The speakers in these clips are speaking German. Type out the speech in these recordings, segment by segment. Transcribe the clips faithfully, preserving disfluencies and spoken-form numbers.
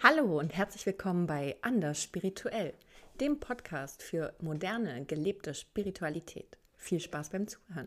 Hallo und herzlich willkommen bei Anders Spirituell, dem Podcast für moderne, gelebte Spiritualität. Viel Spaß beim Zuhören.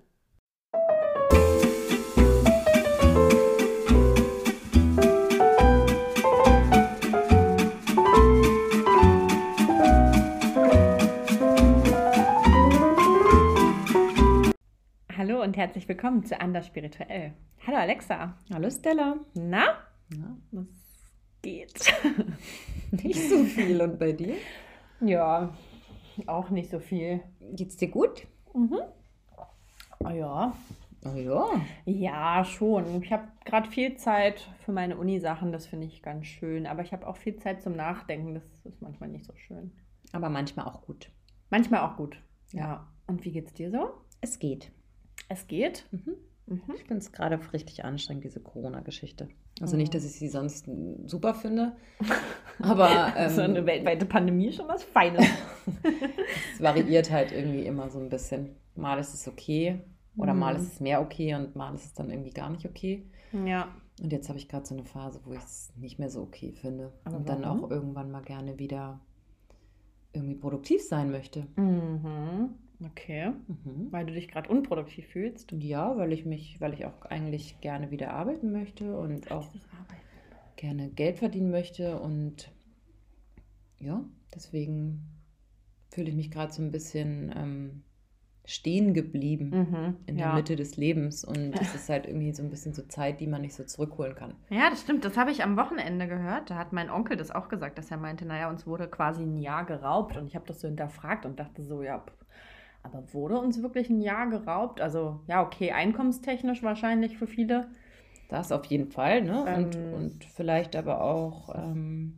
Hallo und herzlich willkommen zu Anders Spirituell. Hallo Alexa. Hallo Stella. Na? Ja. Was geht? Nicht so viel. Und bei dir? Ja, auch nicht so viel. Geht's dir gut? Mhm. Oh ja. Oh ja. Ja, schon. Ich habe gerade viel Zeit für meine Uni-Sachen, das finde ich ganz schön. Aber ich habe auch viel Zeit zum Nachdenken, das ist manchmal nicht so schön. Aber manchmal auch gut. Manchmal auch gut. Ja. Ja. Und wie geht's dir so? Es geht. Es geht? Mhm. Mhm. Ich finde es gerade richtig anstrengend, diese Corona-Geschichte. Also nicht, dass ich sie sonst super finde, aber ähm, so eine weltweite Pandemie schon was Feines. es variiert halt irgendwie immer so ein bisschen. Mal ist es okay oder Mhm. mal ist es mehr okay und mal ist es dann irgendwie gar nicht okay. Ja. Und jetzt habe ich gerade so eine Phase, wo ich es nicht mehr so okay finde Aber und dann warum? auch irgendwann mal gerne wieder irgendwie produktiv sein möchte. Mhm. Okay. Mhm. Weil du dich gerade unproduktiv fühlst. Ja, weil ich mich, weil ich auch eigentlich gerne wieder arbeiten möchte und auch Dieses Arbeiten. gerne Geld verdienen möchte und ja, deswegen fühle ich mich gerade so ein bisschen ähm, stehen geblieben Mhm. in Ja. der Mitte des Lebens und es ist halt irgendwie so ein bisschen so Zeit, die man nicht so zurückholen kann. Ja, das stimmt. Das habe ich am Wochenende gehört. Da hat mein Onkel das auch gesagt, dass er meinte, naja, uns wurde quasi ein Jahr geraubt. Und ich habe das so hinterfragt und dachte so, ja, pff, aber wurde uns wirklich ein Jahr geraubt? Also, ja, okay, einkommenstechnisch wahrscheinlich für viele. Das auf jeden Fall, ne? Und, Ähm. und vielleicht aber auch ähm,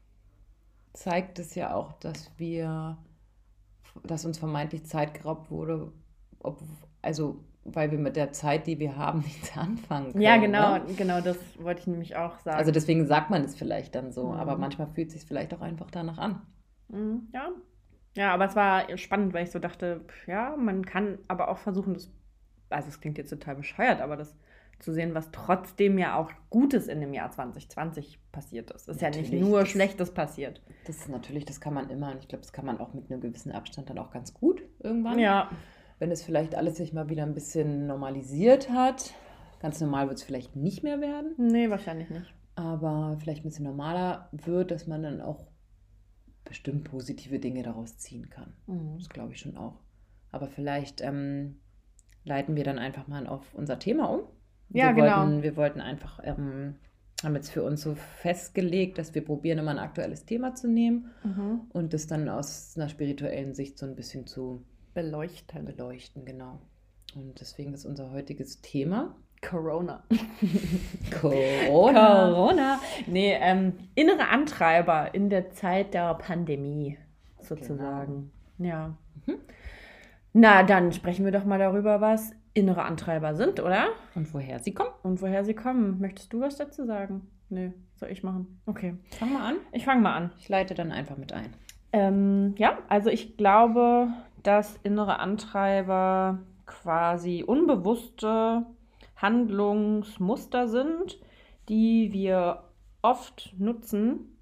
zeigt es ja auch, dass wir, dass uns vermeintlich Zeit geraubt wurde, ob, also weil wir mit der Zeit, die wir haben, nichts anfangen können. Ja, genau, Ne? genau, das wollte ich nämlich auch sagen. Also deswegen sagt man es vielleicht dann so, Mhm. aber manchmal fühlt es sich vielleicht auch einfach danach an. Mhm, ja. Ja, aber es war spannend, weil ich so dachte, pf, ja, man kann aber auch versuchen, das, also es klingt jetzt total bescheuert, aber das zu sehen, was trotzdem ja auch Gutes in dem Jahr zwanzig zwanzig passiert ist. Es ist ja nicht Natürlich, nur das- Schlechtes passiert. Das ist natürlich, das kann man immer und ich glaube, das kann man auch mit einem gewissen Abstand dann auch ganz gut irgendwann. Ja, Wenn es vielleicht alles sich mal wieder ein bisschen normalisiert hat. Ganz normal wird es vielleicht nicht mehr werden, nee, wahrscheinlich nicht. aber vielleicht ein bisschen normaler wird, dass man dann auch bestimmt positive Dinge daraus ziehen kann. Mhm. Das glaube ich schon auch. Aber vielleicht ähm, leiten wir dann einfach mal auf unser Thema um. Ja, wir genau. Wollten, wir wollten einfach, ähm, haben jetzt für uns so festgelegt, dass wir probieren, immer ein aktuelles Thema zu nehmen Mhm. und das dann aus einer spirituellen Sicht so ein bisschen zu Beleuchten. beleuchten, genau. Und deswegen ist unser heutiges Thema Corona. Corona. Corona. Nee, ähm, innere Antreiber in der Zeit der Pandemie, sozusagen. Ja. Mhm. Na, dann sprechen wir doch mal darüber, was innere Antreiber sind, oder? Und woher sie kommen. Und woher sie kommen. Möchtest du was dazu sagen? Nee, soll ich machen? Okay. Fangen wir an. Ich fange mal an. Ich leite dann einfach mit ein. Ähm, ja, also ich glaube, dass innere Antreiber quasi unbewusste Handlungsmuster sind, die wir oft nutzen,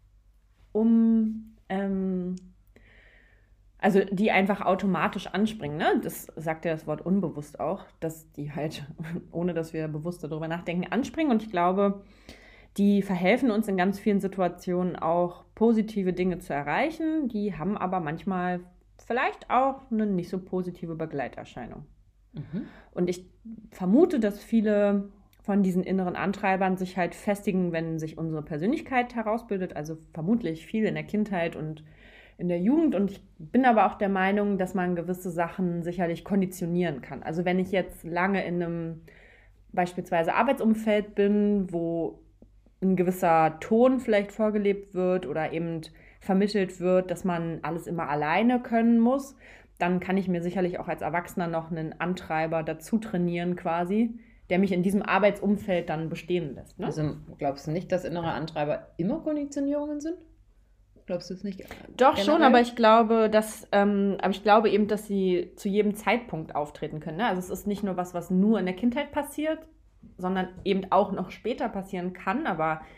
um, ähm, also die einfach automatisch anspringen, ne? Das sagt ja das Wort unbewusst auch, dass die halt, ohne dass wir bewusst darüber nachdenken, anspringen. Und ich glaube, die verhelfen uns in ganz vielen Situationen auch positive Dinge zu erreichen. Die haben aber manchmal vielleicht auch eine nicht so positive Begleiterscheinung. Mhm. Und ich vermute, dass viele von diesen inneren Antreibern sich halt festigen, wenn sich unsere Persönlichkeit herausbildet. Also vermutlich viel in der Kindheit und in der Jugend. Und ich bin aber auch der Meinung, dass man gewisse Sachen sicherlich konditionieren kann. Also wenn ich jetzt lange in einem beispielsweise Arbeitsumfeld bin, wo ein gewisser Ton vielleicht vorgelebt wird oder eben vermittelt wird, dass man alles immer alleine können muss, dann kann ich mir sicherlich auch als Erwachsener noch einen Antreiber dazu trainieren quasi, der mich in diesem Arbeitsumfeld dann bestehen lässt. Ne? Also glaubst du nicht, dass innere Antreiber immer Konditionierungen sind? Glaubst du es nicht? Doch generell? schon, aber ich glaube, dass, ähm, aber ich glaube eben, dass sie zu jedem Zeitpunkt auftreten können. Ne? Also es ist nicht nur was, was nur in der Kindheit passiert, sondern eben auch noch später passieren kann, aber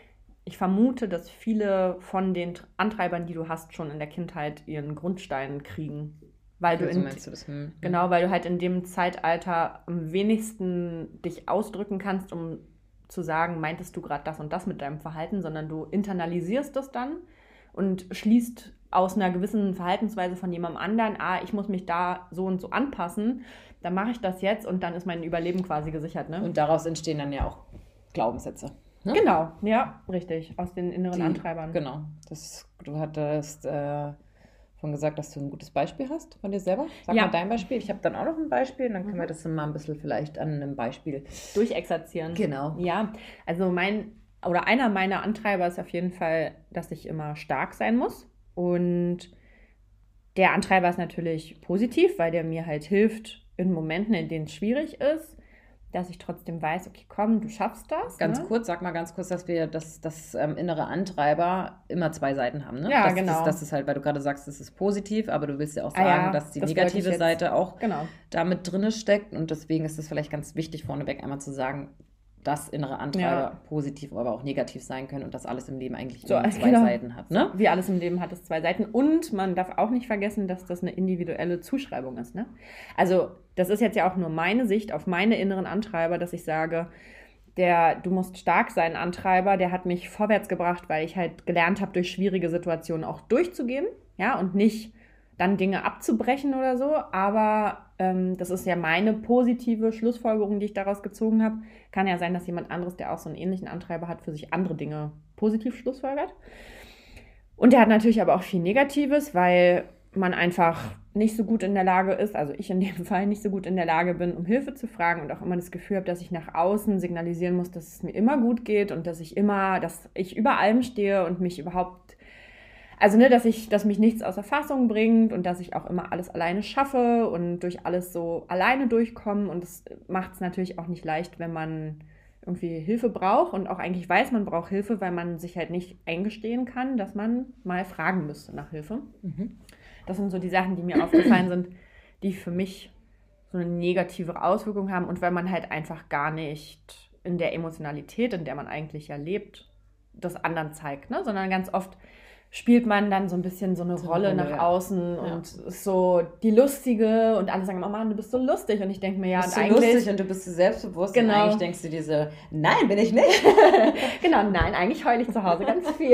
ich vermute, dass viele von den Antreibern, die du hast, schon in der Kindheit ihren Grundstein kriegen. Weil du Ja, so in, meinst du das? Hm. genau, weil du halt in dem Zeitalter am wenigsten dich ausdrücken kannst, um zu sagen, meintest du gerade das und das mit deinem Verhalten, sondern du internalisierst das dann und schließt aus einer gewissen Verhaltensweise von jemandem anderen, ah, ich muss mich da so und so anpassen, dann mache ich das jetzt und dann ist mein Überleben quasi gesichert. Ne? Und daraus entstehen dann ja auch Glaubenssätze. Ne? Genau, ja, richtig, aus den inneren Die, Antreibern. Genau. Das, du hattest äh, schon gesagt, dass du ein gutes Beispiel hast von dir selber. Sag Ja. mal dein Beispiel. Ich habe dann auch noch ein Beispiel, dann können wir das mal ein bisschen vielleicht an einem Beispiel. Durchexerzieren. Genau. Ja, also mein oder einer meiner Antreiber ist auf jeden Fall, dass ich immer stark sein muss. Und der Antreiber ist natürlich positiv, weil der mir halt hilft in Momenten, in denen es schwierig ist, dass ich trotzdem weiß, okay, komm, du schaffst das. Ganz ne? kurz, sag mal ganz kurz, dass wir das, das ähm, innere Antreiber immer zwei Seiten haben. Ne? Ja, das, genau. Das, das ist halt, weil du gerade sagst, das ist positiv, aber du willst ja auch Ah, sagen, ja, dass die das wollte ich negative jetzt- Seite auch Genau. damit drinne steckt. Und deswegen ist es vielleicht ganz wichtig, vorneweg einmal zu sagen, dass innere Antreiber Ja. positiv, aber auch negativ sein können und dass alles im Leben eigentlich So, immer zwei genau. Seiten hat. Ne? Wie alles im Leben hat es zwei Seiten. Und man darf auch nicht vergessen, dass das eine individuelle Zuschreibung ist. Ne? Also das ist jetzt ja auch nur meine Sicht auf meine inneren Antreiber, dass ich sage, der du musst stark sein Antreiber, der hat mich vorwärts gebracht, weil ich halt gelernt habe, durch schwierige Situationen auch durchzugehen, ja, und nicht dann Dinge abzubrechen oder so. Aber ähm, das ist ja meine positive Schlussfolgerung, die ich daraus gezogen habe. Kann ja sein, dass jemand anderes, der auch so einen ähnlichen Antreiber hat, für sich andere Dinge positiv schlussfolgert. Und der hat natürlich aber auch viel Negatives, weil man einfach nicht so gut in der Lage ist, also ich in dem Fall nicht so gut in der Lage bin, um Hilfe zu fragen und auch immer das Gefühl habe, dass ich nach außen signalisieren muss, dass es mir immer gut geht und dass ich immer, dass ich über allem stehe und mich überhaupt, also ne, dass ich, dass mich nichts außer Fassung bringt und dass ich auch immer alles alleine schaffe und durch alles so alleine durchkomme. Und das macht es natürlich auch nicht leicht, wenn man irgendwie Hilfe braucht und auch eigentlich weiß, man braucht Hilfe, weil man sich halt nicht eingestehen kann, dass man mal fragen müsste nach Hilfe. Mhm. Das sind so die Sachen, die mir aufgefallen sind, die für mich so eine negative Auswirkung haben und weil man halt einfach gar nicht in der Emotionalität, in der man eigentlich ja lebt, das anderen zeigt, ne? Sondern ganz oft spielt man dann so ein bisschen so eine So eine Rolle Rolle, nach ja. außen Ja. und ist so die Lustige und alle sagen, oh Mann, du bist so lustig und ich denke mir, ja, Bist und du eigentlich, lustig und du bist so selbstbewusst Genau. und eigentlich denkst du dir so, nein, bin ich nicht. genau, nein, eigentlich heule ich zu Hause ganz viel.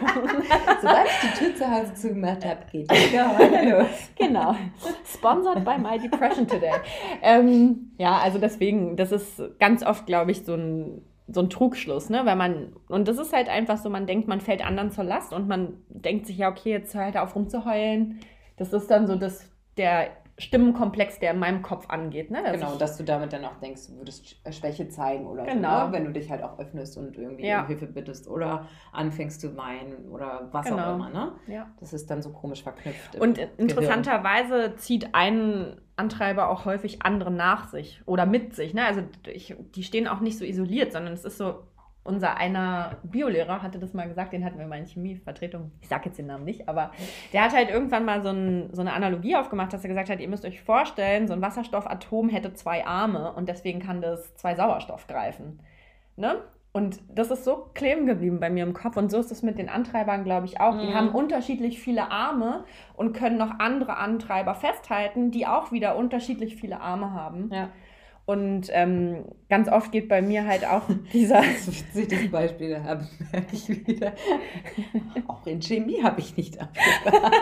Sobald ich die Tür zu Hause zugemacht habe, geht die Geheule los. Genau. Sponsored by My Depression Today. Ähm, ja, also deswegen, das ist ganz oft, glaube ich, so ein, so ein Trugschluss, ne? Weil man, und das ist halt einfach so, man denkt, man fällt anderen zur Last und man denkt sich, ja, okay, jetzt hör halt auf rumzuheulen. Das ist dann so das, der Stimmenkomplex, der in meinem Kopf angeht, ne? Dass Genau, ich, dass du damit dann auch denkst, du würdest Sch- Schwäche zeigen oder Genau. so, ne? Wenn du dich halt auch öffnest und irgendwie Ja. um Hilfe bittest oder anfängst zu weinen oder was Genau. auch immer, ne? ja. Das ist dann so komisch verknüpft. im Und Gehirn. interessanterweise zieht ein Antreiber auch häufig andere nach sich oder mit sich. Ne? Also ich, die stehen auch nicht so isoliert, sondern es ist so, unser einer Biolehrer hatte das mal gesagt, den hatten wir mal in Chemievertretung, ich sage jetzt den Namen nicht, aber der hat halt irgendwann mal so, ein, so eine Analogie aufgemacht, dass er gesagt hat, ihr müsst euch vorstellen, so ein Wasserstoffatom hätte zwei Arme und deswegen kann das zwei Sauerstoff greifen. Ne? Und das ist so kleben geblieben bei mir im Kopf. Und so ist es mit den Antreibern, glaube ich, auch. Die Mhm. haben unterschiedlich viele Arme und können noch andere Antreiber festhalten, die auch wieder unterschiedlich viele Arme haben. Ja. Und ähm, ganz oft geht bei mir halt auch dieser... Das ist witzig, das Beispiel, da habe- merke ich wieder. Auch in Chemie habe ich nicht abgepasst.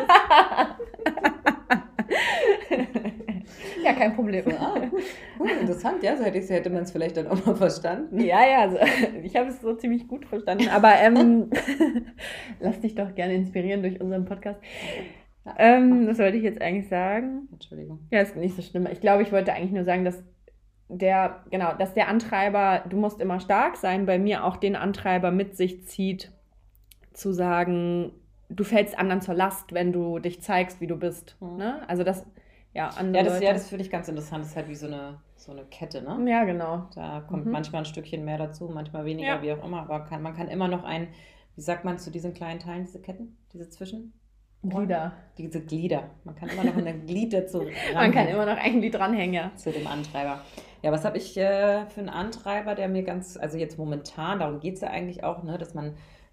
ja, kein Problem. Ah, cool, interessant, ja, so hätte, hätte man es vielleicht dann auch mal verstanden. Ja, ja, also, ich habe es so ziemlich gut verstanden. Aber ähm, lass dich doch gerne inspirieren durch unseren Podcast. Ähm, das wollte ich jetzt eigentlich sagen. Entschuldigung. Ja, ist nicht so schlimm. Ich glaube, ich wollte eigentlich nur sagen, dass der, genau, dass der Antreiber, du musst immer stark sein, bei mir auch den Antreiber mit sich zieht, zu sagen, du fällst anderen zur Last, wenn du dich zeigst, wie du bist. Mhm. Ne? Also das, ja, andere Ja, das, Leute. ja, das finde ich ganz interessant. Das ist halt wie so eine, so eine Kette, ne? Ja, genau. Da kommt Mhm. manchmal ein Stückchen mehr dazu, manchmal weniger, Ja. wie auch immer. Aber kann, man kann immer noch ein, wie sagt man zu diesen kleinen Teilen, diese Ketten, diese Zwischen? Glieder. Diese Glieder. Man kann immer noch ein Glied dazu Man kann ranhängen immer noch ein Glied dranhängen, ja. zu dem Antreiber. Ja, was habe ich äh, für einen Antreiber, der mir ganz, also jetzt momentan, darum geht es ja eigentlich auch, ne, dass man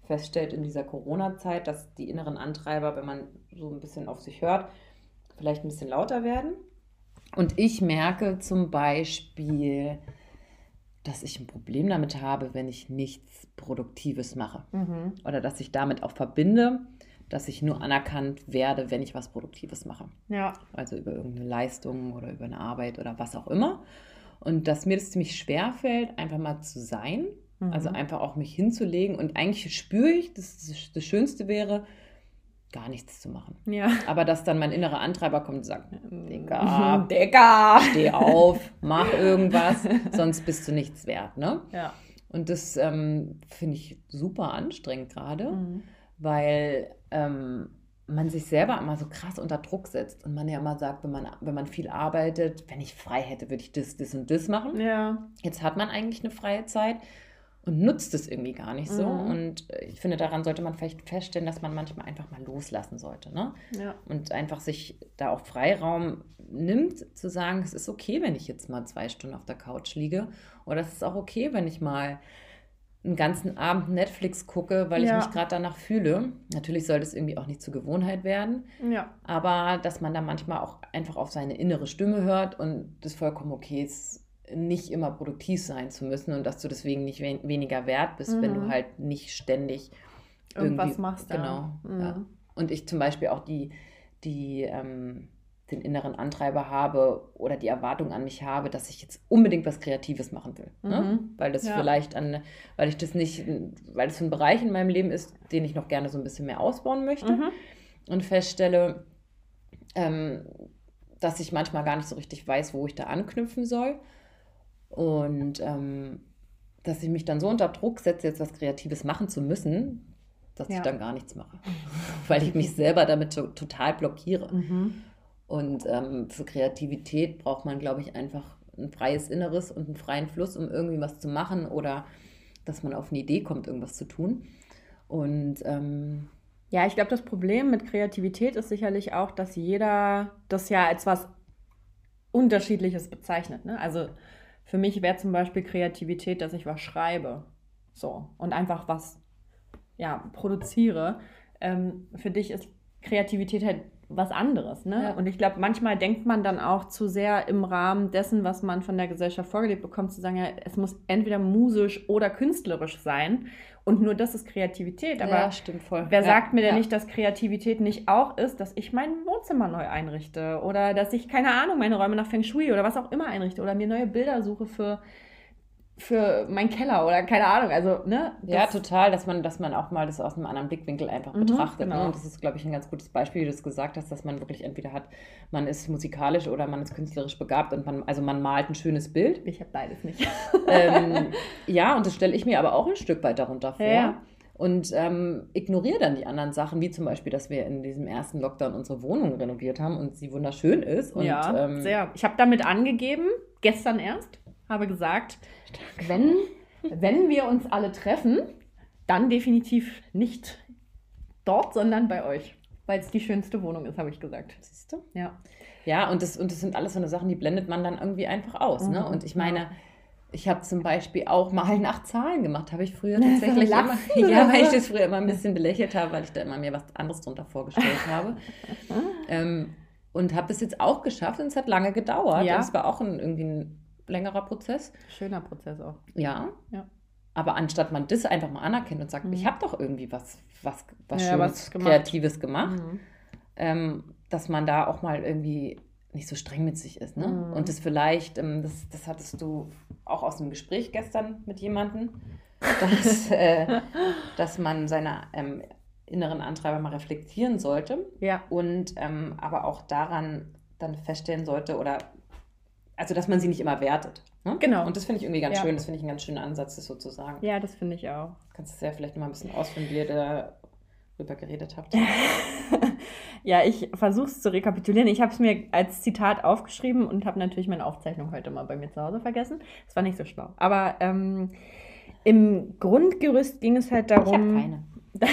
feststellt in dieser Corona-Zeit, dass die inneren Antreiber, wenn man so ein bisschen auf sich hört, vielleicht ein bisschen lauter werden. Und ich merke zum Beispiel, dass ich ein Problem damit habe, wenn ich nichts Produktives mache. Mhm. Oder dass ich damit auch verbinde, dass ich nur anerkannt werde, wenn ich was Produktives mache. Ja. Also über irgendeine Leistung oder über eine Arbeit oder was auch immer. Und dass mir das ziemlich schwer fällt, einfach mal zu sein. Mhm. Also einfach auch mich hinzulegen. Und eigentlich spüre ich, dass das, das Schönste wäre, gar nichts zu machen. Ja. Aber dass dann mein innerer Antreiber kommt und sagt, Digga, Digga, steh auf, mach irgendwas, sonst bist du nichts wert. Ne? Ja. Und das ähm, finde ich super anstrengend gerade, Mhm. weil ähm, man sich selber immer so krass unter Druck setzt und man ja immer sagt, wenn man, wenn man viel arbeitet, wenn ich frei hätte, würde ich das, das und das machen. Ja. Jetzt hat man eigentlich eine freie Zeit und nutzt es irgendwie gar nicht so. Mhm. Und ich finde, daran sollte man vielleicht feststellen, dass man manchmal einfach mal loslassen sollte. Ne? Ja. Und einfach sich da auch Freiraum nimmt, zu sagen, es ist okay, wenn ich jetzt mal zwei Stunden auf der Couch liege. Oder es ist auch okay, wenn ich mal einen ganzen Abend Netflix gucke, weil Ja. ich mich gerade danach fühle. Natürlich soll das irgendwie auch nicht zur Gewohnheit werden. Ja. Aber dass man da manchmal auch einfach auf seine innere Stimme hört und das vollkommen okay ist, nicht immer produktiv sein zu müssen und dass du deswegen nicht wen- weniger wert bist, Mhm. wenn du halt nicht ständig Irgendwas irgendwie- machst, ja. Genau. Mhm. Ja. Und ich zum Beispiel auch die, die ähm, den inneren Antreiber habe oder die Erwartung an mich habe, dass ich jetzt unbedingt was Kreatives machen will. Ne? Mhm. Weil das Ja. vielleicht an, weil ich das nicht, weil das so ein Bereich in meinem Leben ist, den ich noch gerne so ein bisschen mehr ausbauen möchte. Mhm. Und feststelle, ähm, dass ich manchmal gar nicht so richtig weiß, wo ich da anknüpfen soll. Und ähm, dass ich mich dann so unter Druck setze, jetzt was Kreatives machen zu müssen, dass Ja. ich dann gar nichts mache. Weil ich mich selber damit to total blockiere. Mhm. Und ähm, für Kreativität braucht man, glaube ich, einfach ein freies Inneres und einen freien Fluss, um irgendwie was zu machen oder dass man auf eine Idee kommt, irgendwas zu tun. Und ähm, Ja, ich glaube, das Problem mit Kreativität ist sicherlich auch, dass jeder das ja als was Unterschiedliches bezeichnet. Ne? Also für mich wäre zum Beispiel Kreativität, dass ich was schreibe. So. Und einfach was ja, produziere. Ähm, für dich ist Kreativität halt was anderes. Ne? Ja. Und ich glaube, manchmal denkt man dann auch zu sehr im Rahmen dessen, was man von der Gesellschaft vorgelebt bekommt, zu sagen, ja, es muss entweder musisch oder künstlerisch sein. Und nur das ist Kreativität. Aber ja, stimmt voll. wer ja, sagt mir denn ja. nicht, dass Kreativität nicht auch ist, dass ich mein Wohnzimmer neu einrichte oder dass ich, keine Ahnung, meine Räume nach Feng Shui oder was auch immer einrichte oder mir neue Bilder suche für, für meinen Keller oder keine Ahnung. Also, ne? Ja, das- total, dass man, dass man auch mal das aus einem anderen Blickwinkel einfach Mhm, betrachtet. genau. Ne? Und das ist, glaube ich, ein ganz gutes Beispiel, wie du es gesagt hast, dass man wirklich entweder hat, man ist musikalisch oder man ist künstlerisch begabt und man, also man malt ein schönes Bild. Ich habe beides nicht. ähm, ja, und das stelle ich mir aber auch ein Stück weit darunter vor. Ja. Und ähm, ignoriere dann die anderen Sachen, wie zum Beispiel, dass wir in diesem ersten Lockdown unsere Wohnung renoviert haben und sie wunderschön ist. Und, ja, ähm, sehr. Ich habe damit angegeben, gestern erst, habe gesagt, wenn, wenn wir uns alle treffen, dann definitiv nicht dort, sondern bei euch. Weil es die schönste Wohnung ist, habe ich gesagt. Siehst du? Ja. Ja, und das, und das sind alles so eine Sachen, die blendet man dann irgendwie einfach aus. Ne? Mhm, Und ich ja. meine, ich habe zum Beispiel auch mal nach Zahlen gemacht. Habe ich früher Na, tatsächlich so immer, lachst du ja, oder weil ich so? das früher immer ein bisschen belächelt habe, weil ich da immer mir was anderes drunter vorgestellt habe. ähm, und habe das jetzt auch geschafft und es hat lange gedauert. Ja. Und es war auch ein, irgendwie ein längerer Prozess. Schöner Prozess auch. Ja. Ja. Aber anstatt man das einfach mal anerkennt und sagt, Mhm. ich habe doch irgendwie was, was, was Ja, Schönes, was gemacht. Kreatives gemacht, Mhm. ähm, dass man da auch mal irgendwie nicht so streng mit sich ist. Ne? Mhm. Und das vielleicht, ähm, das, das hattest du auch aus einem Gespräch gestern mit jemandem, dass, äh, dass man seine ähm, inneren Antreiber mal reflektieren sollte Ja. und ähm, aber auch daran dann feststellen sollte oder also dass man sie nicht immer wertet. Ne? Genau. Und das finde ich irgendwie ganz Ja. schön, das finde ich einen ganz schönen Ansatz, das so zu sagen. Ja, das finde ich auch. Kannst du ja vielleicht noch mal ein bisschen ausführen, wie ihr darüber geredet habt. Ja, ich versuche es zu rekapitulieren. Ich habe es mir als Zitat aufgeschrieben und habe natürlich meine Aufzeichnung heute mal bei mir zu Hause vergessen. Das war nicht so schlau. Aber ähm, im Grundgerüst ging es halt Ich habe darum, keine.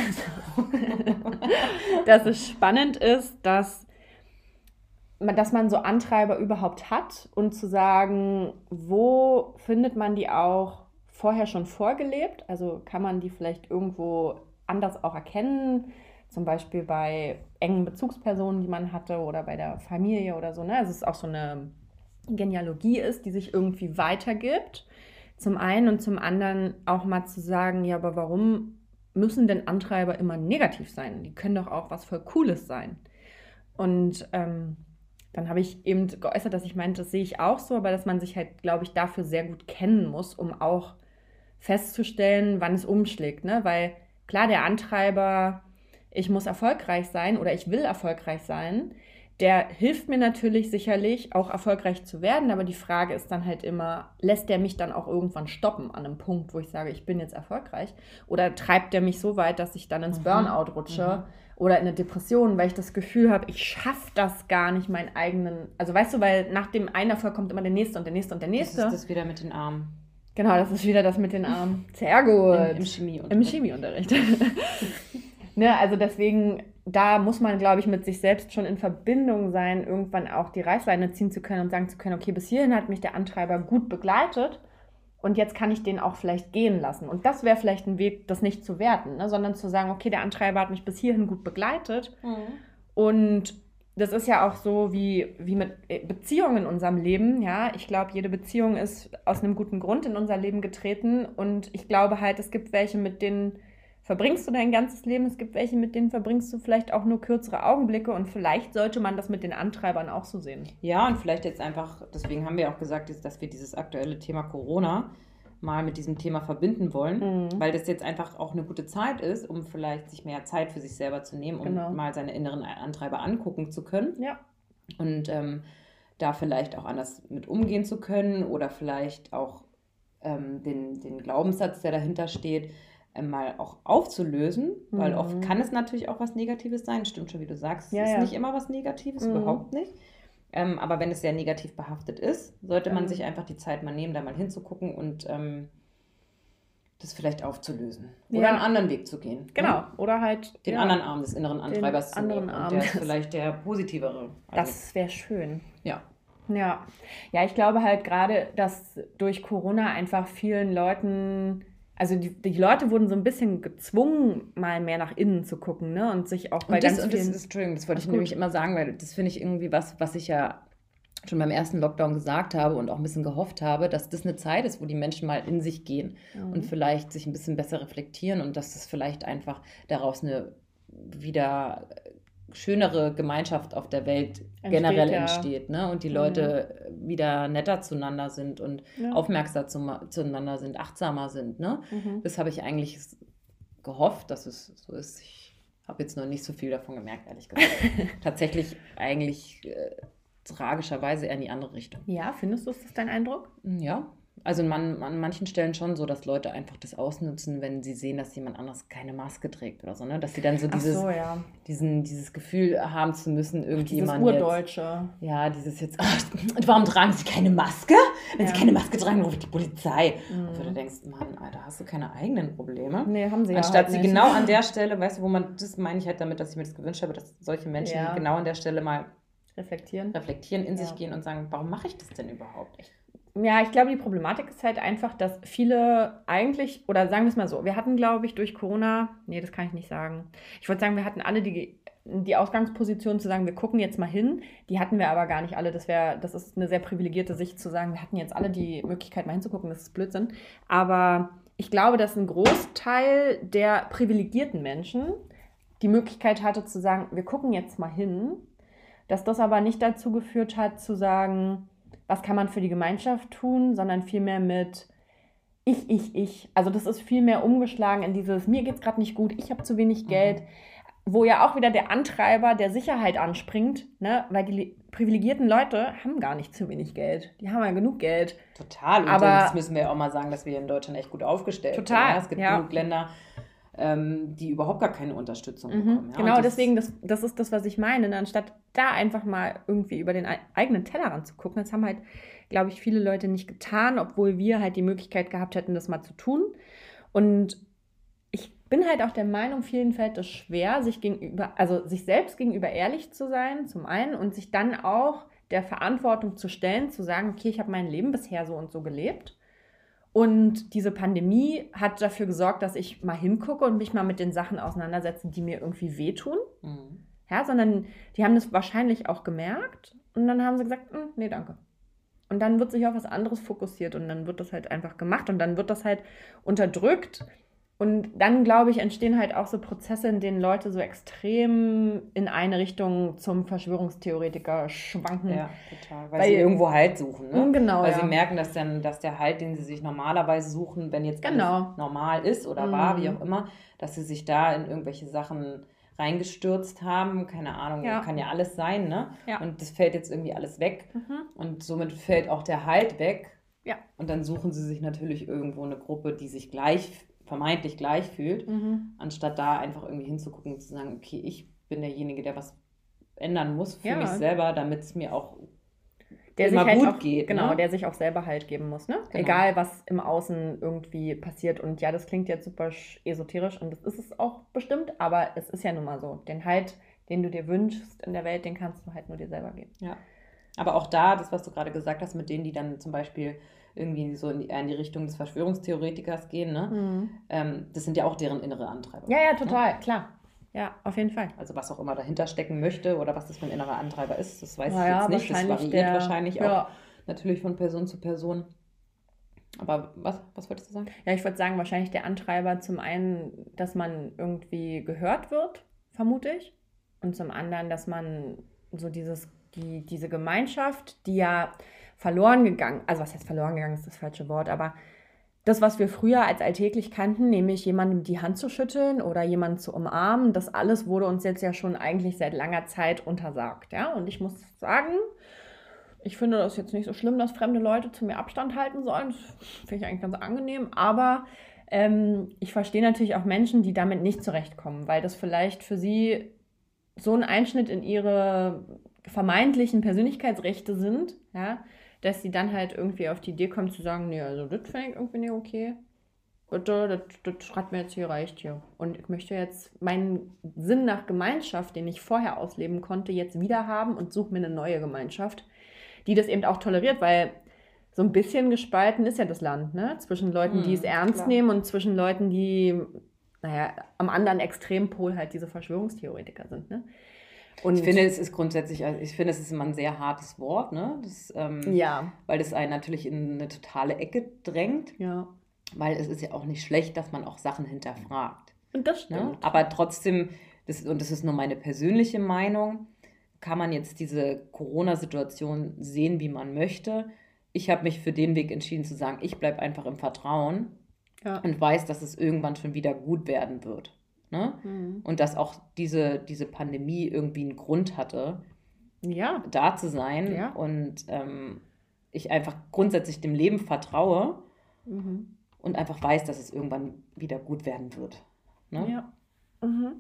dass, dass es spannend ist, dass man, dass man so Antreiber überhaupt hat und zu sagen, wo findet man die auch vorher schon vorgelebt? Also kann man die vielleicht irgendwo anders auch erkennen, zum Beispiel bei engen Bezugspersonen, die man hatte oder bei der Familie oder so, ne? Also es ist auch so eine Genealogie ist, die sich irgendwie weitergibt, zum einen und zum anderen auch mal zu sagen, ja, aber warum müssen denn Antreiber immer negativ sein? Die können doch auch was voll Cooles sein. Und ähm, dann habe ich eben geäußert, dass ich meinte, das sehe ich auch so, aber dass man sich halt, glaube ich, dafür sehr gut kennen muss, um auch festzustellen, wann es umschlägt, ne? Weil klar, der Antreiber, ich muss erfolgreich sein oder ich will erfolgreich sein, der hilft mir natürlich sicherlich, auch erfolgreich zu werden, aber die Frage ist dann halt immer, lässt der mich dann auch irgendwann stoppen an einem Punkt, wo ich sage, ich bin jetzt erfolgreich? Oder treibt der mich so weit, dass ich dann ins Mhm. Burnout rutsche Mhm. oder in eine Depression, weil ich das Gefühl habe, ich schaffe das gar nicht, meinen eigenen, also weißt du, weil nach dem einen Erfolg kommt immer der nächste und der nächste und der Das nächste. ist das wieder mit den Armen. Genau, das ist wieder das mit den Armen. Sehr gut. Im, im Chemieunterricht. Im Chemieunterricht. Ne, also deswegen, da muss man, glaube ich, mit sich selbst schon in Verbindung sein, irgendwann auch die Reißleine ziehen zu können und sagen zu können, okay, bis hierhin hat mich der Antreiber gut begleitet und jetzt kann ich den auch vielleicht gehen lassen. Und das wäre vielleicht ein Weg, das nicht zu werten, ne, sondern zu sagen, okay, der Antreiber hat mich bis hierhin gut begleitet. Mhm. Und das ist ja auch so wie, wie mit Beziehungen in unserem Leben, ja. Ich glaube, jede Beziehung ist aus einem guten Grund in unser Leben getreten und ich glaube halt, es gibt welche, mit denen verbringst du dein ganzes Leben, es gibt welche, mit denen verbringst du vielleicht auch nur kürzere Augenblicke und vielleicht sollte man das mit den Antreibern auch so sehen. Ja, und vielleicht jetzt einfach, deswegen haben wir auch gesagt, dass wir dieses aktuelle Thema Corona mal mit diesem Thema verbinden wollen, Mhm. weil das jetzt einfach auch eine gute Zeit ist, um vielleicht sich mehr Zeit für sich selber zu nehmen, um Genau. mal seine inneren Antreiber angucken zu können Ja. und ähm, da vielleicht auch anders mit umgehen zu können oder vielleicht auch ähm, den, den Glaubenssatz, der dahinter steht, ähm, mal auch aufzulösen, weil Mhm. oft kann es natürlich auch was Negatives sein, stimmt schon, wie du sagst, Ja, es ist ja. nicht immer was Negatives, Mhm. überhaupt nicht. Ähm, aber wenn es sehr negativ behaftet ist, sollte man Ähm. sich einfach die Zeit mal nehmen, da mal hinzugucken und ähm, das vielleicht aufzulösen. Oder Ja. einen anderen Weg zu gehen. Genau. Ne? Oder halt Den ja, anderen Arm des inneren Antreibers zu anderen nehmen. Arm Und der ist des- vielleicht der positivere. Also, das wäre schön. ja. Ja. Ja, ich glaube halt gerade, dass durch Corona einfach vielen Leuten, also die, die Leute wurden so ein bisschen gezwungen, mal mehr nach innen zu gucken, ne? Und sich auch bei Und das, ganz und das, vielen... das, Entschuldigung, das wollte Alles ich gut. nämlich immer sagen, weil das finde ich irgendwie was, was ich ja schon beim ersten Lockdown gesagt habe und auch ein bisschen gehofft habe, dass das eine Zeit ist, wo die Menschen mal in sich gehen Mhm. und vielleicht sich ein bisschen besser reflektieren und dass es vielleicht einfach daraus eine wieder schönere Gemeinschaft auf der Welt Entsteht, generell ja. entsteht, ne? Und die Mhm. Leute wieder netter zueinander sind und Ja. aufmerksamer zu, zueinander sind, achtsamer sind, ne? Mhm. Das habe ich eigentlich gehofft, dass es so ist. Ich habe jetzt noch nicht so viel davon gemerkt, ehrlich gesagt. Tatsächlich eigentlich äh, tragischerweise eher in die andere Richtung. Ja, findest du, ist das dein Eindruck? Ja, also man, an manchen Stellen schon so, dass Leute einfach das ausnutzen, wenn sie sehen, dass jemand anderes keine Maske trägt oder so, ne? Dass sie dann so Ach dieses, so, ja. diesen, dieses Gefühl haben zu müssen, Dieses irgendjemand jetzt... Urdeutsche. Ja, dieses jetzt, ach, und warum tragen Sie keine Maske? Wenn Ja. Sie keine Maske tragen, rufe ich die Polizei. Mhm. Wo du denkst, Mann, Alter, hast du keine eigenen Probleme? Nee, haben sie ja Anstatt halt sie nicht. genau an der Stelle, weißt du, wo man, das meine ich halt damit, dass ich mir das gewünscht habe, dass solche Menschen Ja. genau an der Stelle mal Reflektieren. reflektieren, in Ja. sich gehen und sagen, warum mache ich das denn überhaupt? Ja, ich glaube, die Problematik ist halt einfach, dass viele eigentlich, oder sagen wir es mal so, wir hatten, glaube ich, durch Corona, nee, das kann ich nicht sagen. Ich würde sagen, wir hatten alle die, die Ausgangsposition zu sagen, wir gucken jetzt mal hin. Die hatten wir aber gar nicht alle. Das wäre, das ist eine sehr privilegierte Sicht zu sagen, wir hatten jetzt alle die Möglichkeit, mal hinzugucken. Das ist Blödsinn. Aber ich glaube, dass ein Großteil der privilegierten Menschen die Möglichkeit hatte zu sagen, wir gucken jetzt mal hin. Dass das aber nicht dazu geführt hat, zu sagen, was kann man für die Gemeinschaft tun, sondern vielmehr mit ich, ich, ich. Also das ist vielmehr umgeschlagen in dieses, mir geht's gerade nicht gut, ich habe zu wenig Geld, wo ja auch wieder der Antreiber der Sicherheit anspringt, ne? Weil die privilegierten Leute haben gar nicht zu wenig Geld. Die haben ja genug Geld. Total. Und Aber- das müssen wir ja auch mal sagen, dass wir in Deutschland echt gut aufgestellt Total, sind. Ja? Es gibt ja. genug Länder, ähm, die überhaupt gar keine Unterstützung Mhm. bekommen. Ja? Genau, Und das- deswegen, das, das ist das, was ich meine. Ne? Anstatt da einfach mal irgendwie über den ei- eigenen Tellerrand zu gucken, das haben halt, glaube ich, viele Leute nicht getan, obwohl wir halt die Möglichkeit gehabt hätten, das mal zu tun. Und ich bin halt auch der Meinung, vielen fällt es schwer, sich gegenüber, also sich selbst gegenüber ehrlich zu sein, zum einen, und sich dann auch der Verantwortung zu stellen, zu sagen, okay, ich habe mein Leben bisher so und so gelebt. Und diese Pandemie hat dafür gesorgt, dass ich mal hingucke und mich mal mit den Sachen auseinandersetze, die mir irgendwie wehtun. Mhm. Ja, sondern die haben das wahrscheinlich auch gemerkt und dann haben sie gesagt, "Mm, nee, danke." Und dann wird sich auf was anderes fokussiert und dann wird das halt einfach gemacht und dann wird das halt unterdrückt. Und dann, glaube ich, entstehen halt auch so Prozesse, in denen Leute so extrem in eine Richtung zum Verschwörungstheoretiker schwanken. Ja, total. Weil, Weil- sie irgendwo Halt suchen, ne? Mm, genau, Weil ja. sie merken, dass dann, dass der Halt, den sie sich normalerweise suchen, wenn jetzt Genau. alles normal ist oder war, Mhm. wie auch immer, dass sie sich da in irgendwelche Sachen reingestürzt haben. Keine Ahnung, Ja. kann ja alles sein, ne? Ja. Und das fällt jetzt irgendwie alles weg. Mhm. Und somit fällt auch der Halt weg. Ja. Und dann suchen sie sich natürlich irgendwo eine Gruppe, die sich gleich, vermeintlich gleich fühlt, Mhm. anstatt da einfach irgendwie hinzugucken und zu sagen, okay, ich bin derjenige, der was ändern muss für Ja. mich selber, damit es mir auch Der immer sich halt gut auch, geht. Genau, ne? der sich auch selber Halt geben muss, ne? Genau. Egal, was im Außen irgendwie passiert. Und ja, das klingt jetzt super sch- esoterisch und das ist es auch bestimmt, aber es ist ja nun mal so. Den Halt, den du dir wünschst in der Welt, den kannst du halt nur dir selber geben. Ja. Aber auch da, das, was du gerade gesagt hast, mit denen, die dann zum Beispiel irgendwie so in die, eher in die Richtung des Verschwörungstheoretikers gehen, ne? Mhm. Ähm, das sind ja auch deren innere Antreiber. Ja, ja, Ne? total, klar. Ja, auf jeden Fall. Also was auch immer dahinter stecken möchte oder was das für ein innerer Antreiber ist, das weiß Naja, ich jetzt nicht. Das wahrscheinlich variiert der- wahrscheinlich auch Ja. natürlich von Person zu Person. Aber was, was wolltest du sagen? Ja, ich würde sagen, wahrscheinlich der Antreiber zum einen, dass man irgendwie gehört wird, vermute ich. Und zum anderen, dass man so dieses, die, diese Gemeinschaft, die ja verloren gegangen, also was heißt verloren gegangen, ist das falsche Wort, aber das, was wir früher als alltäglich kannten, nämlich jemandem die Hand zu schütteln oder jemanden zu umarmen, das alles wurde uns jetzt ja schon eigentlich seit langer Zeit untersagt. Ja? Und ich muss sagen, ich finde das jetzt nicht so schlimm, dass fremde Leute zu mir Abstand halten sollen. Das finde ich eigentlich ganz angenehm. Aber ähm, ich verstehe natürlich auch Menschen, die damit nicht zurechtkommen, weil das vielleicht für sie so ein Einschnitt in ihre vermeintlichen Persönlichkeitsrechte sind, ja, dass sie dann halt irgendwie auf die Idee kommen zu sagen, nee, also das finde ich irgendwie nicht okay. Bitte, das, das hat mir jetzt hier reicht hier. Und ich möchte jetzt meinen Sinn nach Gemeinschaft, den ich vorher ausleben konnte, jetzt wieder haben und suche mir eine neue Gemeinschaft, die das eben auch toleriert, weil so ein bisschen gespalten ist ja das Land, ne? Zwischen Leuten, die Hm, es ernst klar. nehmen und zwischen Leuten, die, naja, am anderen Extrempol halt diese Verschwörungstheoretiker sind, ne? Und Ich finde, es ist grundsätzlich, also ich finde, es ist immer ein sehr hartes Wort, ne? Das, ähm, ja, weil das einen natürlich in eine totale Ecke drängt, ja. weil es ist ja auch nicht schlecht, dass man auch Sachen hinterfragt. Und das Ne? stimmt. Aber trotzdem, das, und das ist nur meine persönliche Meinung, kann man jetzt diese Corona-Situation sehen, wie man möchte. Ich habe mich für den Weg entschieden zu sagen, ich bleibe einfach im Vertrauen Ja. und weiß, dass es irgendwann schon wieder gut werden wird. Ne? Mhm. Und dass auch diese, diese Pandemie irgendwie einen Grund hatte, Ja, da zu sein. Ja. Und ähm, ich einfach grundsätzlich dem Leben vertraue mhm. und einfach weiß, dass es irgendwann wieder gut werden wird. Ne? Ja. Mhm.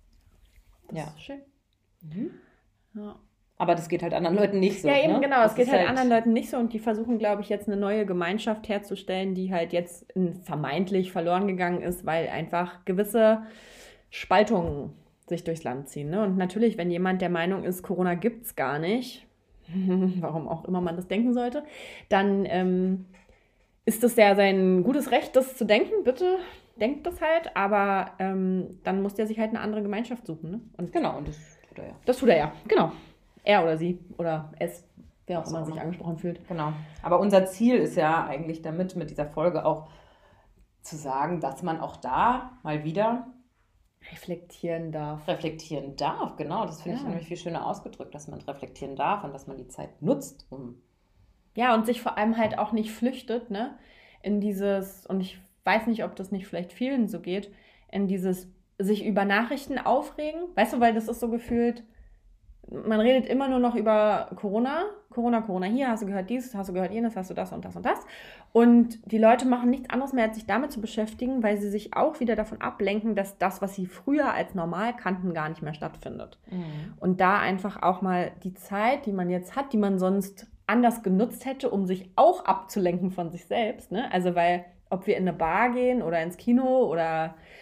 Das Ja. ist schön. Mhm. Ja. Aber das geht halt anderen Leuten nicht so. Ja, eben ne? genau. Das Es geht ist halt anderen Leuten nicht so und die versuchen, glaube ich, jetzt eine neue Gemeinschaft herzustellen, die halt jetzt in vermeintlich verloren gegangen ist, weil einfach gewisse Spaltungen sich durchs Land ziehen. Ne? Und natürlich, wenn jemand der Meinung ist, Corona gibt es gar nicht, warum auch immer man das denken sollte, dann ähm, ist es ja sein gutes Recht, das zu denken. Bitte denkt das halt, aber ähm, dann muss der sich halt eine andere Gemeinschaft suchen. Ne? Und Genau, und das tut er ja. das tut er ja, genau. Er oder sie oder es, wer auch Was immer auch sich immer. angesprochen fühlt. Genau. Aber unser Ziel ist ja eigentlich damit, mit dieser Folge auch zu sagen, dass man auch da mal wieder Reflektieren darf. reflektieren darf. Genau, das finde ich Ja. nämlich viel schöner ausgedrückt, dass man reflektieren darf und dass man die Zeit nutzt, um Ja, und sich vor allem halt auch nicht flüchtet, ne? In dieses, und ich weiß nicht, ob das nicht vielleicht vielen so geht, in dieses sich über Nachrichten aufregen. Weißt du, weil das ist so gefühlt, man redet immer nur noch über Corona, Corona, Corona hier, hast du gehört dies, hast du gehört jenes, hast du das und das und das. Und die Leute machen nichts anderes mehr, als sich damit zu beschäftigen, weil sie sich auch wieder davon ablenken, dass das, was sie früher als normal kannten, gar nicht mehr stattfindet. Und da einfach auch mal die Zeit, die man jetzt hat, die man sonst anders genutzt hätte, um sich auch abzulenken von sich selbst. Ne? Also weil, ob wir in eine Bar gehen oder ins Kino oder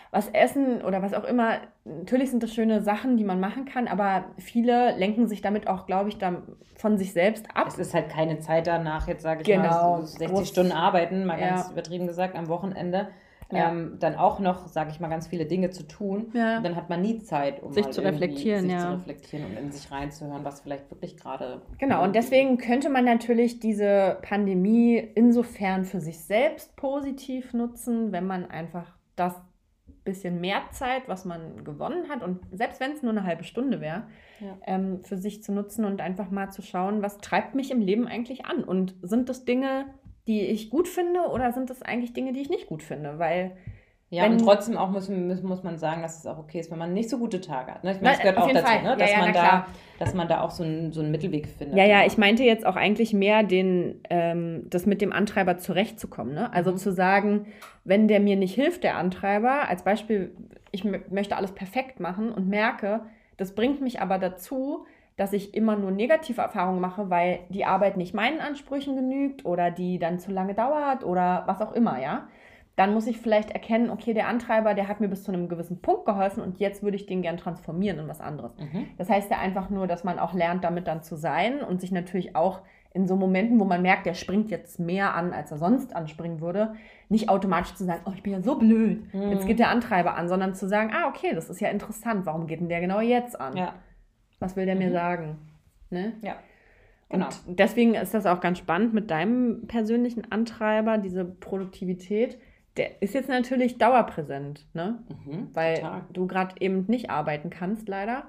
was essen oder was auch immer. Natürlich sind das schöne Sachen, die man machen kann, aber viele lenken sich damit auch, glaube ich, dann von sich selbst ab. Es ist halt keine Zeit danach, jetzt sage ich Genau. mal, so sechzig Groß, Stunden arbeiten, mal ja. ganz übertrieben gesagt, am Wochenende. Ja. Ähm, dann auch noch, sage ich mal, ganz viele Dinge zu tun. Ja. Und dann hat man nie Zeit, um sich mal zu reflektieren, sich ja. zu reflektieren und in sich reinzuhören, was vielleicht wirklich gerade... Genau, und deswegen könnte man natürlich diese Pandemie insofern für sich selbst positiv nutzen, wenn man einfach das bisschen mehr Zeit, was man gewonnen hat, und selbst wenn es nur eine halbe Stunde wäre, ja. ähm, für sich zu nutzen und einfach mal zu schauen, was treibt mich im Leben eigentlich an? Und sind das Dinge, die ich gut finde, oder sind das eigentlich Dinge, die ich nicht gut finde? Weil ja, wenn, und trotzdem auch muss, muss man sagen, dass es auch okay ist, wenn man nicht so gute Tage hat. Ne? Ich meine, das gehört auch dazu, ne? dass, ja, ja, man da, dass man da auch so einen, so einen Mittelweg findet. Ja, ja, ich meinte jetzt auch eigentlich mehr, den, ähm, das mit dem Antreiber zurechtzukommen. Ne? Also mhm. zu sagen, wenn der mir nicht hilft, der Antreiber, als Beispiel, ich m- möchte alles perfekt machen und merke, das bringt mich aber dazu, dass ich immer nur negative Erfahrungen mache, weil die Arbeit nicht meinen Ansprüchen genügt oder die dann zu lange dauert oder was auch immer, ja. Dann muss ich vielleicht erkennen, okay, der Antreiber, der hat mir bis zu einem gewissen Punkt geholfen und jetzt würde ich den gern transformieren in was anderes. Mhm. Das heißt ja einfach nur, dass man auch lernt, damit dann zu sein und sich natürlich auch in so Momenten, wo man merkt, der springt jetzt mehr an, als er sonst anspringen würde, nicht automatisch zu sagen, oh, ich bin ja so blöd, mhm. jetzt geht der Antreiber an, sondern zu sagen, ah, okay, das ist ja interessant, warum geht denn der genau jetzt an? Ja. Was will der mhm. mir sagen? Ne? Ja, genau. Und deswegen ist das auch ganz spannend mit deinem persönlichen Antreiber, diese Produktivität. Der ist jetzt natürlich dauerpräsent, ne? Mhm, weil total. Du gerade eben nicht arbeiten kannst, leider.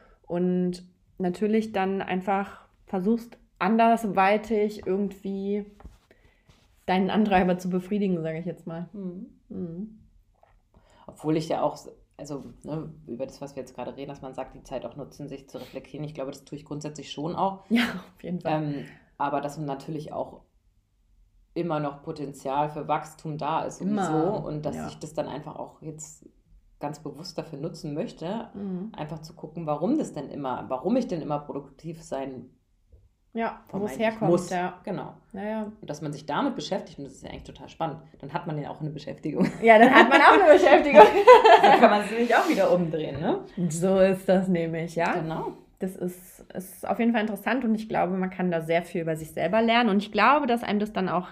Und natürlich dann einfach versuchst, andersweitig irgendwie deinen Antreiber zu befriedigen, sage ich jetzt mal. Mhm. Mhm. Obwohl ich ja auch... Also ne, über das, was wir jetzt gerade reden, dass man sagt, die Zeit auch nutzen, sich zu reflektieren. Ich glaube, das tue ich grundsätzlich schon auch. Ja, auf jeden Fall. Ähm, aber dass natürlich auch immer noch Potenzial für Wachstum da ist sowieso. Immer. Und dass ja. ich das dann einfach auch jetzt ganz bewusst dafür nutzen möchte, mhm. einfach zu gucken, warum das denn immer, warum ich denn immer produktiv sein Ja, wo es herkommt. Muss. Ja. Genau. Ja, ja. Und dass man sich damit beschäftigt, und das ist ja eigentlich total spannend, dann hat man ja auch eine Beschäftigung. Ja, dann hat man auch eine Beschäftigung. Dann kann man es nämlich auch wieder umdrehen, ne? So ist das nämlich, ja. Genau. Das ist, ist auf jeden Fall interessant und ich glaube, man kann da sehr viel über sich selber lernen. Und ich glaube, dass einem das dann auch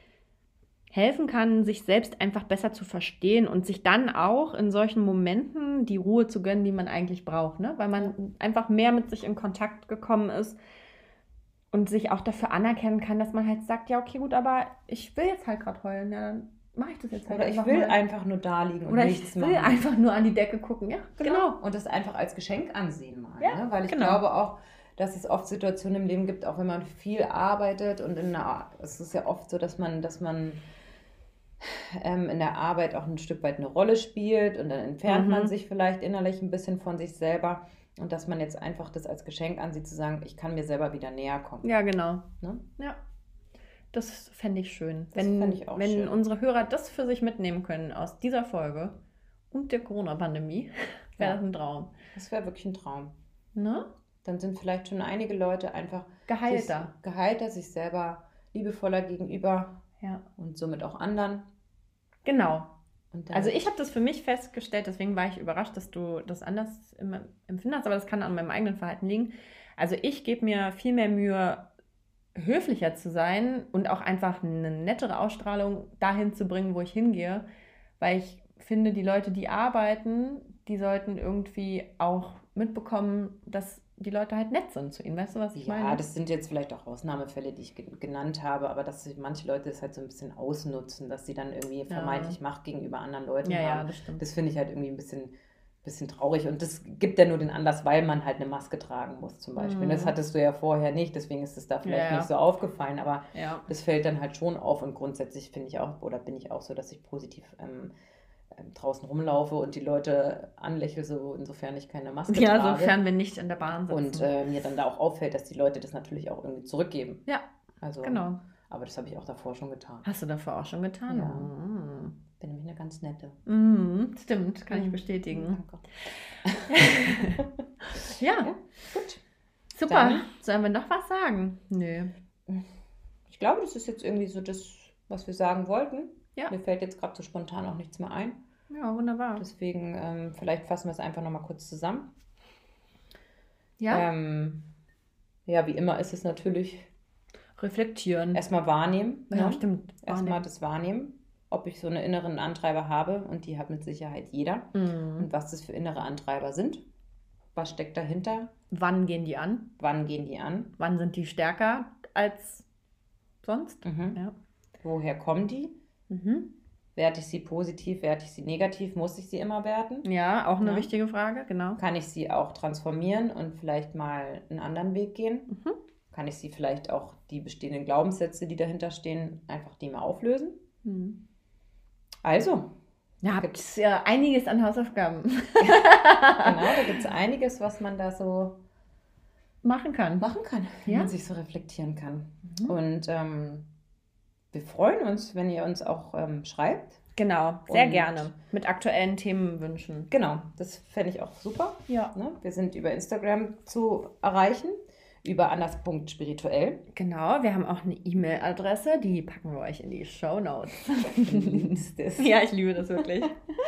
helfen kann, sich selbst einfach besser zu verstehen und sich dann auch in solchen Momenten die Ruhe zu gönnen, die man eigentlich braucht, ne? Weil man einfach mehr mit sich in Kontakt gekommen ist. Und sich auch dafür anerkennen kann, dass man halt sagt, ja, okay, gut, aber ich will jetzt halt gerade heulen, ja, dann mache ich das jetzt halt Oder einfach ich will mal. einfach nur da liegen und Oder nichts machen. Oder ich will einfach nur an die Decke gucken, ja, genau. genau. Und das einfach als Geschenk ansehen mal, ja, ne? Weil ich genau. glaube auch, dass es oft Situationen im Leben gibt, auch wenn man viel arbeitet und in der, es ist ja oft so, dass man, dass man ähm, in der Arbeit auch ein Stück weit eine Rolle spielt und dann entfernt mhm. man sich vielleicht innerlich ein bisschen von sich selber. Und dass man jetzt einfach das als Geschenk ansieht, zu sagen, ich kann mir selber wieder näher kommen. Ja, genau. Ne? Ja, das fände ich schön. Das wenn ich auch wenn schön. unsere Hörer das für sich mitnehmen können aus dieser Folge und der Corona-Pandemie, wäre ja. das ein Traum. Das wäre wirklich ein Traum. Ne? Dann sind vielleicht schon einige Leute einfach geheilter, sich, geheilter, sich selber liebevoller gegenüber ja. und somit auch anderen. Genau. Also ich habe das für mich festgestellt, deswegen war ich überrascht, dass du das anders empfindest, aber das kann an meinem eigenen Verhalten liegen. Also ich gebe mir viel mehr Mühe, höflicher zu sein und auch einfach eine nettere Ausstrahlung dahin zu bringen, wo ich hingehe, weil ich finde, die Leute, die arbeiten, die sollten irgendwie auch mitbekommen, dass die Leute halt nett sind zu ihnen. Weißt du, was ich ja, meine? Ja, das sind jetzt vielleicht auch Ausnahmefälle, die ich ge- genannt habe, aber dass manche Leute das halt so ein bisschen ausnutzen, dass sie dann irgendwie vermeintlich ja. Macht gegenüber anderen Leuten ja, haben. Ja, das stimmt. Das finde ich halt irgendwie ein bisschen, bisschen traurig und das gibt ja nur den Anlass, weil man halt eine Maske tragen muss zum Beispiel. Mhm. Das hattest du ja vorher nicht, deswegen ist es da vielleicht ja. nicht so aufgefallen, aber ja. das fällt dann halt schon auf und grundsätzlich finde ich auch, oder bin ich auch so, dass ich positiv ähm, draußen rumlaufe und die Leute anlächle, so insofern ich keine Maske ja, trage. Ja, sofern wir nicht in der Bahn sitzen. Und äh, mir dann da auch auffällt, dass die Leute das natürlich auch irgendwie zurückgeben. Ja, also, genau. Aber das habe ich auch davor schon getan. Hast du davor auch schon getan? Ja. Oh. Bin nämlich eine ganz nette. Mm, stimmt, kann ich bestätigen. Danke. ja. ja, gut. Super. Dann, sollen wir noch was sagen? Nö. Ich glaube, das ist jetzt irgendwie so das, was wir sagen wollten. Ja. Mir fällt jetzt gerade so spontan auch nichts mehr ein. Ja, wunderbar. Deswegen, ähm, vielleicht fassen wir es einfach nochmal kurz zusammen. Ja, Ähm, ja, wie immer ist es natürlich reflektieren. erstmal wahrnehmen. Ja, ne? stimmt. Erstmal Wahrnehmen. das Wahrnehmen, ob ich so einen inneren Antreiber habe, und die hat mit Sicherheit jeder. Mhm. Und was das für innere Antreiber sind. Was steckt dahinter? Wann gehen die an? Wann gehen die an? Wann sind die stärker als sonst? Mhm. Ja. Woher kommen die? Mhm. Werte ich sie positiv, werte ich sie negativ? Muss ich sie immer werten? Ja, auch eine Ja. wichtige Frage, genau. Kann ich sie auch transformieren und vielleicht mal einen anderen Weg gehen? Mhm. Kann ich sie vielleicht auch, die bestehenden Glaubenssätze, die dahinter stehen, einfach die mal auflösen? Mhm. Also, Ja, Gibt's- gibt es ja einiges an Hausaufgaben genau, da gibt es einiges, was man da so machen kann. machen kann, wenn Ja. man sich so reflektieren kann. Mhm. Und ähm, wir freuen uns, wenn ihr uns auch ähm, schreibt. Genau, sehr Und- gerne. Mit aktuellen Themenwünschen. Genau, das fände ich auch super. Ja. Ne? Wir sind über Instagram zu erreichen, über anders.spirituell. Genau, wir haben auch eine E-Mail-Adresse, die packen wir euch in die Shownotes. Liebstes. Ja, ich liebe das wirklich.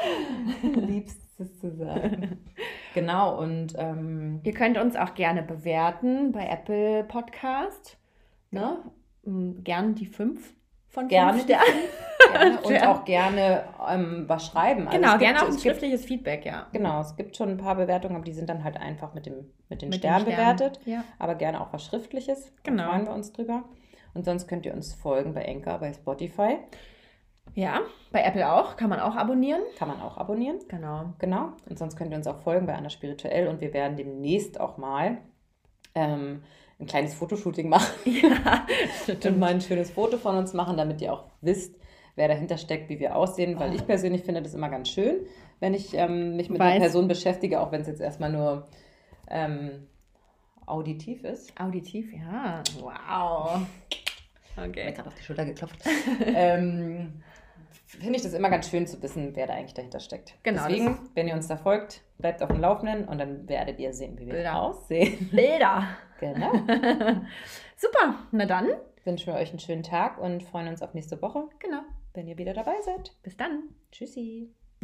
Liebstes zu sagen. Genau, und ähm, Ihr könnt uns auch gerne bewerten bei Apple Podcast. Ne? Mm, Gern die fünf von Gerne fünf die Sternen. gerne, und Stern. auch gerne ähm, was schreiben. Also Genau, es gibt, gerne auch ein es gibt, schriftliches Feedback, ja. Genau, es gibt schon ein paar Bewertungen, aber die sind dann halt einfach mit, dem, mit den Mit den Sternen Sternen. bewertet. Ja. Aber gerne auch was Schriftliches. Da Genau. freuen wir uns drüber. Und sonst könnt ihr uns folgen bei Anchor, bei Spotify. ja, bei Apple auch, kann man auch abonnieren. Kann man auch abonnieren. Genau. Genau. Und sonst könnt ihr uns auch folgen bei Anders Spirituell. Und wir werden demnächst auch mal ähm, ein kleines Fotoshooting machen Ja, und mal ein schönes Foto von uns machen, damit ihr auch wisst, wer dahinter steckt, wie wir aussehen. Weil ich persönlich finde das immer ganz schön, wenn ich ähm, mich mit einer Weiß. Person beschäftige, auch wenn es jetzt erstmal nur ähm, auditiv ist. Auditiv, ja. Wow. Mir Okay. gerade auf die Schulter geklopft. ähm, finde ich das immer ganz schön zu wissen, wer da eigentlich dahinter steckt. Genau, Deswegen, wenn ihr uns da folgt, bleibt auf dem Laufenden und dann werdet ihr sehen, wie wir Bilder. aussehen. Bilder. Genau. Super, na dann. Wünschen wir euch einen schönen Tag und freuen uns auf nächste Woche, Genau. wenn ihr wieder dabei seid. Bis dann. Tschüssi.